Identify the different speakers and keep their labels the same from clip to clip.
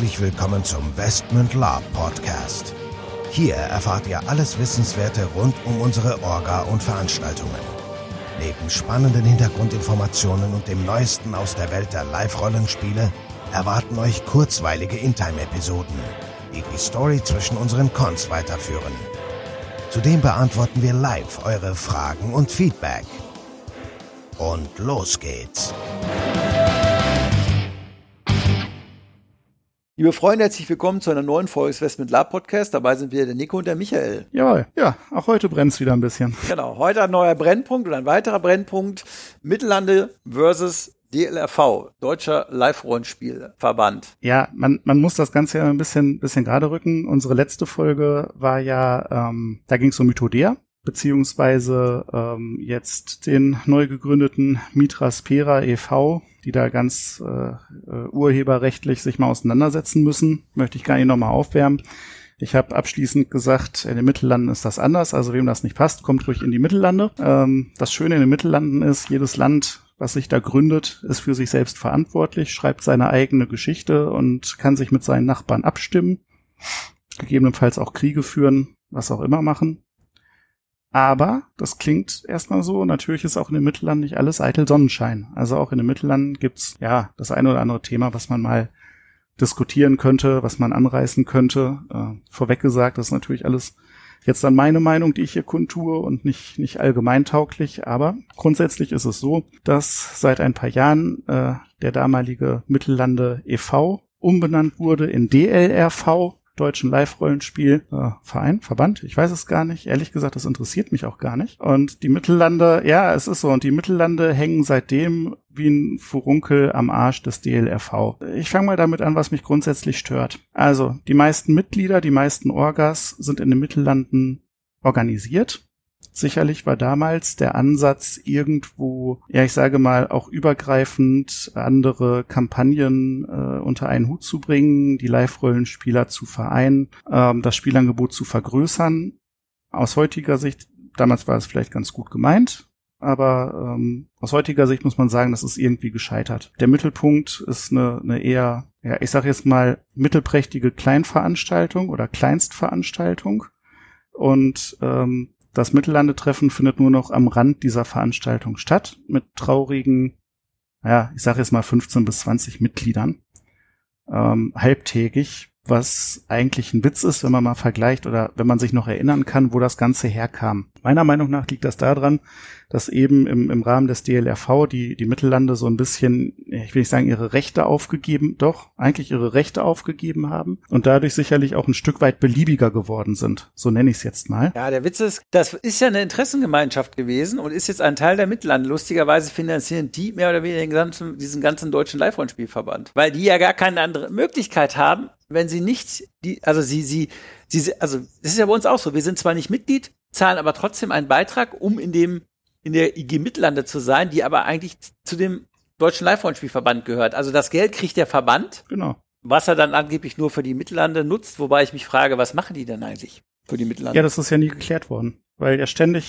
Speaker 1: herzlich willkommen zum Westmund Lab Podcast. Hier erfahrt ihr alles Wissenswerte rund um unsere Orga und Veranstaltungen. Neben spannenden Hintergrundinformationen und dem Neuesten aus der Welt der Live-Rollenspiele erwarten euch kurzweilige In-Time-Episoden, die die Story zwischen unseren Cons weiterführen. Zudem beantworten wir live eure Fragen und Feedback. Und los geht's!
Speaker 2: Liebe Freunde, herzlich willkommen zu einer neuen Folge des Westmund Lab Podcast. Dabei sind wir der Nico und der Michael.
Speaker 3: Jawohl, ja, auch heute brennt's wieder ein bisschen.
Speaker 2: Genau, heute ein neuer Brennpunkt oder ein weiterer Brennpunkt. Mittellande versus DLRV, Deutscher Live-Rollenspielverband.
Speaker 3: Ja, man muss das Ganze ja ein bisschen gerade rücken. Unsere letzte Folge war ja, da ging's um Mythodea, beziehungsweise jetzt den neu gegründeten Mitra-Spera e.V., die da ganz urheberrechtlich sich mal auseinandersetzen müssen. Möchte ich gar nicht nochmal aufwärmen. Ich habe abschließend gesagt, in den Mittellanden ist das anders. Also wem das nicht passt, kommt ruhig in die Mittellande. Das Schöne in den Mittellanden ist, jedes Land, was sich da gründet, ist für sich selbst verantwortlich, schreibt seine eigene Geschichte und kann sich mit seinen Nachbarn abstimmen, gegebenenfalls auch Kriege führen, was auch immer machen. Aber das klingt erstmal so, natürlich ist auch in den Mittellanden nicht alles eitel Sonnenschein. Also auch in den Mittellanden gibt's ja das eine oder andere Thema, was man mal diskutieren könnte, was man anreißen könnte. Vorweg gesagt, das ist natürlich alles jetzt dann meine Meinung, die ich hier kundtue und nicht allgemeintauglich. Aber grundsätzlich ist es so, dass seit ein paar Jahren der damalige Mittellande e.V. umbenannt wurde in DLRV, Deutschen Live-Rollenspiel-Verein, Verband, ich weiß es gar nicht. Ehrlich gesagt, das interessiert mich auch gar nicht. Und die Mittellande, ja, es ist so, und die Mittellande hängen seitdem wie ein Furunkel am Arsch des DLRV. Ich fange mal damit an, was mich grundsätzlich stört. Also, die meisten Mitglieder, die meisten Orgas sind in den Mittellanden organisiert. Sicherlich war damals der Ansatz, irgendwo, ja, ich sage mal, auch übergreifend andere Kampagnen unter einen Hut zu bringen, die Live-Rollenspieler zu vereinen, das Spielangebot zu vergrößern. Aus heutiger Sicht, damals war es vielleicht ganz gut gemeint, aber aus heutiger Sicht muss man sagen, das ist irgendwie gescheitert. Der Mittelpunkt ist eine eher, ja, ich sage jetzt mal, mittelprächtige Kleinveranstaltung oder Kleinstveranstaltung und das Mittellande-Treffen findet nur noch am Rand dieser Veranstaltung statt, mit traurigen, ja, ich sage jetzt mal 15 bis 20 Mitgliedern, halbtägig, was eigentlich ein Witz ist, wenn man mal vergleicht oder wenn man sich noch erinnern kann, wo das Ganze herkam. Meiner Meinung nach liegt das daran, dass eben im Rahmen des DLRV die Mittellande so ein bisschen, ich will nicht sagen ihre Rechte aufgegeben haben und dadurch sicherlich auch ein Stück weit beliebiger geworden sind. So nenne ich es jetzt mal.
Speaker 2: Ja, der Witz ist, das ist ja eine Interessengemeinschaft gewesen und ist jetzt ein Teil der Mittellande. Lustigerweise finanzieren die mehr oder weniger diesen ganzen deutschen Live-Rollenspielverband, weil die ja gar keine andere Möglichkeit haben, wenn sie nicht also es ist ja bei uns auch so, wir sind zwar nicht Mitglied, zahlen aber trotzdem einen Beitrag, um in der IG Mittellande zu sein, die aber eigentlich zu dem Deutschen Live-Rollenspielverband gehört. Also das Geld kriegt der Verband,
Speaker 3: genau,
Speaker 2: was er dann angeblich nur für die Mittellande nutzt, wobei ich mich frage, was machen die denn eigentlich für die Mittellande?
Speaker 3: Ja, das ist ja nie geklärt worden. Weil der der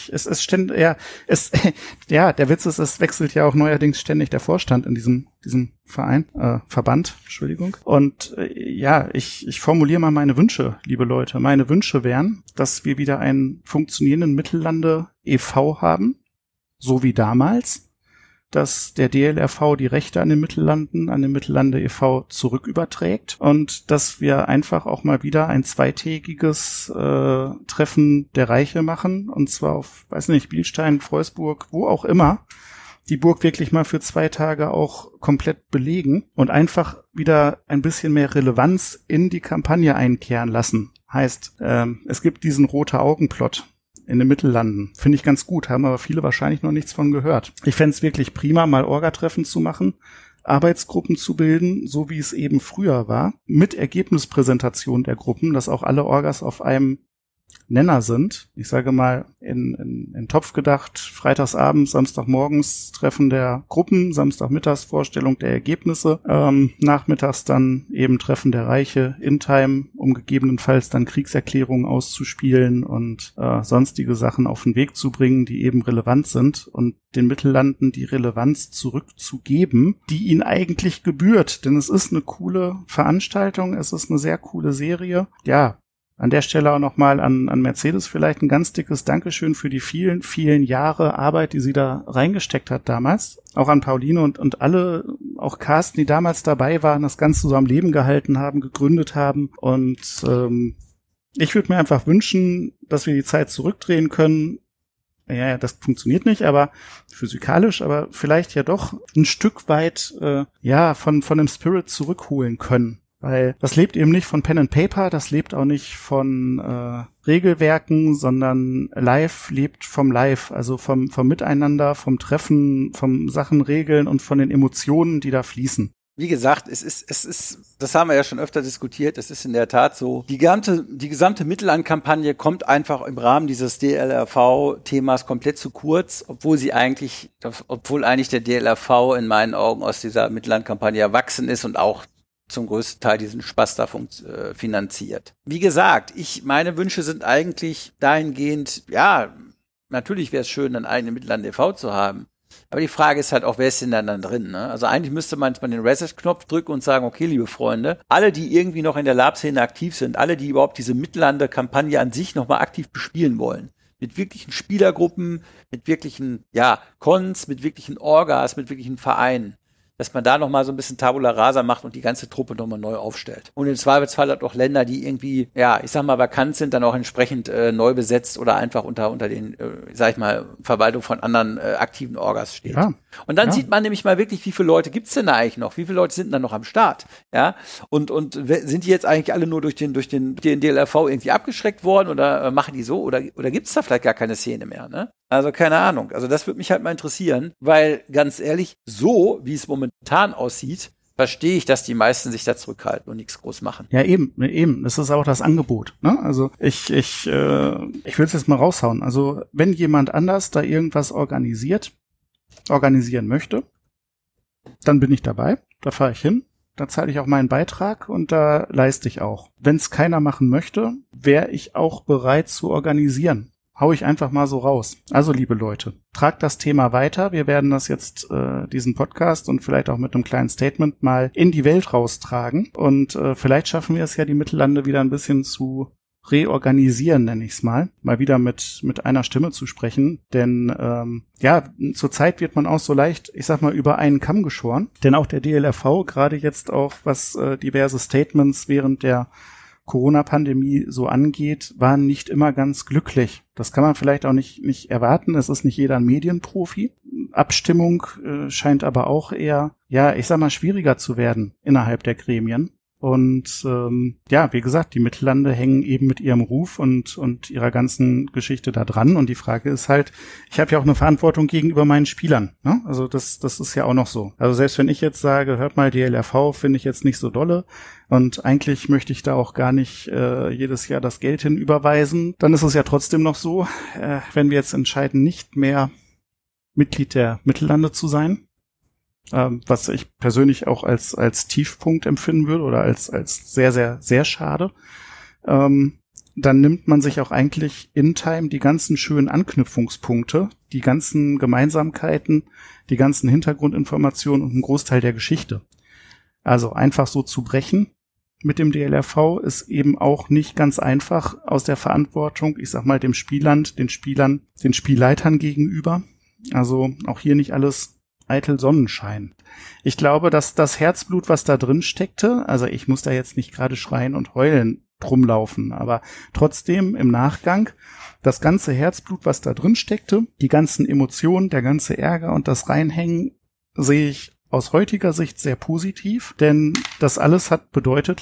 Speaker 3: Witz ist, es wechselt ja auch neuerdings ständig der Vorstand in diesem Verband, Entschuldigung. Und ich formuliere mal meine Wünsche, liebe Leute. Meine Wünsche wären, dass wir wieder einen funktionierenden Mittellande e.V. haben, so wie damals, dass der DLRV die Rechte an den Mittellande e.V. zurücküberträgt und dass wir einfach auch mal wieder ein zweitägiges Treffen der Reiche machen, und zwar auf, weiß nicht, Bielstein, Freusburg, wo auch immer, die Burg wirklich mal für 2 Tage auch komplett belegen und einfach wieder ein bisschen mehr Relevanz in die Kampagne einkehren lassen. Heißt, es gibt diesen Rote-Augen-Plot in den Mittellanden. Finde ich ganz gut, haben aber viele wahrscheinlich noch nichts von gehört. Ich fände es wirklich prima, mal Orga-Treffen zu machen, Arbeitsgruppen zu bilden, so wie es eben früher war, mit Ergebnispräsentation der Gruppen, dass auch alle Orgas auf einem Nenner sind. Ich sage mal, in Topf gedacht, freitagsabends, samstagmorgens Treffen der Gruppen, samstagmittags Vorstellung der Ergebnisse, nachmittags dann eben Treffen der Reiche in Time, um gegebenenfalls dann Kriegserklärungen auszuspielen und sonstige Sachen auf den Weg zu bringen, die eben relevant sind und den Mittellanden die Relevanz zurückzugeben, die ihnen eigentlich gebührt. Denn es ist eine coole Veranstaltung, es ist eine sehr coole Serie. Ja, an der Stelle auch nochmal an Mercedes vielleicht ein ganz dickes Dankeschön für die vielen, vielen Jahre Arbeit, die sie da reingesteckt hat damals. Auch an Pauline und alle, auch Carsten, die damals dabei waren, das Ganze so am Leben gehalten haben, gegründet haben. Und ich würde mir einfach wünschen, dass wir die Zeit zurückdrehen können. Ja, das funktioniert nicht, aber physikalisch, aber vielleicht ja doch ein Stück weit von dem Spirit zurückholen können. Weil das lebt eben nicht von Pen and Paper, das lebt auch nicht von Regelwerken, sondern Live lebt vom Live, also vom Miteinander, vom Treffen, vom Sachen regeln und von den Emotionen, die da fließen.
Speaker 2: Wie gesagt, es ist, das haben wir ja schon öfter diskutiert, es ist in der Tat so, die gesamte Mittellandkampagne kommt einfach im Rahmen dieses DLRV-Themas komplett zu kurz, obwohl eigentlich der DLRV in meinen Augen aus dieser Mittellandkampagne erwachsen ist und auch zum größten Teil diesen Spaß da finanziert. Wie gesagt, meine Wünsche sind eigentlich dahingehend, ja, natürlich wäre es schön, einen eigenen Mittelland e.V. zu haben. Aber die Frage ist halt auch, wer ist denn dann drin, ne? Also eigentlich müsste man den Reset-Knopf drücken und sagen, okay, liebe Freunde, alle, die irgendwie noch in der Lab-Szene aktiv sind, alle, die überhaupt diese Mittellande-Kampagne an sich nochmal aktiv bespielen wollen, mit wirklichen Spielergruppen, mit wirklichen, Cons, mit wirklichen Orgas, mit wirklichen Vereinen, dass man da nochmal so ein bisschen Tabula Rasa macht und die ganze Truppe nochmal neu aufstellt. Und im Zweifelsfall hat auch Länder, die irgendwie, vakant sind, dann auch entsprechend neu besetzt oder einfach unter den, Verwaltung von anderen aktiven Orgas steht. Ja. Und dann sieht man nämlich mal wirklich, wie viele Leute gibt's denn da eigentlich noch? Wie viele Leute sind denn da noch am Start? Ja. Und sind die jetzt eigentlich alle nur durch den DLRV irgendwie abgeschreckt worden oder machen die so? Oder gibt's da vielleicht gar keine Szene mehr, ne? Also keine Ahnung. Also das würde mich halt mal interessieren, weil ganz ehrlich, so wie es momentan aussieht, verstehe ich, dass die meisten sich da zurückhalten und nichts groß machen.
Speaker 3: Ja, eben. Das ist auch das Angebot, ne? Also ich will es jetzt mal raushauen. Also wenn jemand anders da irgendwas organisieren möchte, dann bin ich dabei. Da fahre ich hin. Da zahle ich auch meinen Beitrag und da leiste ich auch. Wenn es keiner machen möchte, wäre ich auch bereit zu organisieren. Hau ich einfach mal so raus. Also, liebe Leute, tragt das Thema weiter. Wir werden das jetzt, diesen Podcast und vielleicht auch mit einem kleinen Statement mal in die Welt raustragen. Und vielleicht schaffen wir es ja, die Mittellande wieder ein bisschen zu reorganisieren, nenne ich es mal. Mal wieder mit einer Stimme zu sprechen. Denn zurzeit wird man auch so leicht, über einen Kamm geschoren. Denn auch der DLRV, gerade jetzt auch, was diverse Statements während der Corona-Pandemie so angeht, waren nicht immer ganz glücklich. Das kann man vielleicht auch nicht erwarten. Es ist nicht jeder ein Medienprofi. Abstimmung scheint aber auch eher, schwieriger zu werden innerhalb der Gremien. Und wie gesagt, die Mittellande hängen eben mit ihrem Ruf und ihrer ganzen Geschichte da dran. Und die Frage ist halt, ich habe ja auch eine Verantwortung gegenüber meinen Spielern, ne? Also das ist ja auch noch so. Also selbst wenn ich jetzt sage, hört mal, DLRV finde ich jetzt nicht so dolle und eigentlich möchte ich da auch gar nicht jedes Jahr das Geld hin überweisen, dann ist es ja trotzdem noch so, wenn wir jetzt entscheiden, nicht mehr Mitglied der Mittellande zu sein, was ich persönlich auch als Tiefpunkt empfinden würde oder als sehr, sehr, sehr schade, dann nimmt man sich auch eigentlich in Time die ganzen schönen Anknüpfungspunkte, die ganzen Gemeinsamkeiten, die ganzen Hintergrundinformationen und einen Großteil der Geschichte. Also einfach so zu brechen mit dem DLRV ist eben auch nicht ganz einfach aus der Verantwortung, dem Spielland, den Spielern, den Spielleitern gegenüber. Also auch hier nicht alles eitel Sonnenschein. Ich glaube, dass das Herzblut, was da drin steckte, also ich muss da jetzt nicht gerade schreien und heulen drum laufen, aber trotzdem im Nachgang das ganze Herzblut, was da drin steckte, die ganzen Emotionen, der ganze Ärger und das Reinhängen sehe ich aus heutiger Sicht sehr positiv, denn das alles hat bedeutet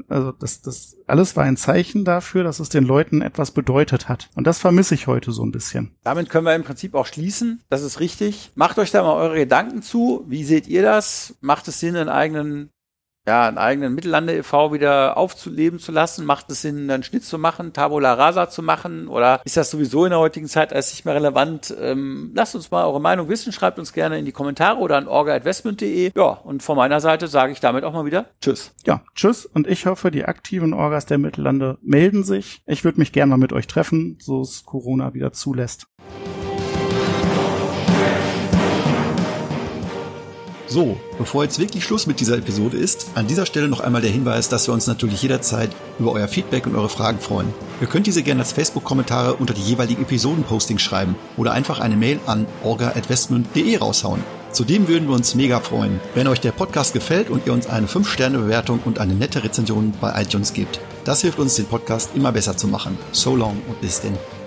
Speaker 3: das alles war ein Zeichen dafür, dass es den Leuten etwas bedeutet hat. Und das vermisse ich heute so ein bisschen.
Speaker 2: Damit können wir im Prinzip auch schließen. Das ist richtig. Macht euch da mal eure Gedanken zu. Wie seht ihr das? Macht es Sinn, einen eigenen einen eigenen Mittellande e.V. wieder aufzuleben zu lassen? Macht es Sinn, einen Schnitt zu machen, Tabula Rasa zu machen? Oder ist das sowieso in der heutigen Zeit als nicht mehr relevant? Lasst uns mal eure Meinung wissen. Schreibt uns gerne in die Kommentare oder an orga@westmünd.de. Ja, und von meiner Seite sage ich damit auch mal wieder Tschüss.
Speaker 3: Ja, tschüss. Und ich hoffe, die aktiven Orgas der Mittellande melden sich. Ich würde mich gerne mal mit euch treffen, so es Corona wieder zulässt.
Speaker 4: So, bevor jetzt wirklich Schluss mit dieser Episode ist, an dieser Stelle noch einmal der Hinweis, dass wir uns natürlich jederzeit über euer Feedback und eure Fragen freuen. Ihr könnt diese gerne als Facebook-Kommentare unter die jeweiligen Episoden-Postings schreiben oder einfach eine Mail an orga@westmünd.de raushauen. Zudem würden wir uns mega freuen, wenn euch der Podcast gefällt und ihr uns eine 5-Sterne-Bewertung und eine nette Rezension bei iTunes gebt. Das hilft uns, den Podcast immer besser zu machen. So long und bis denn.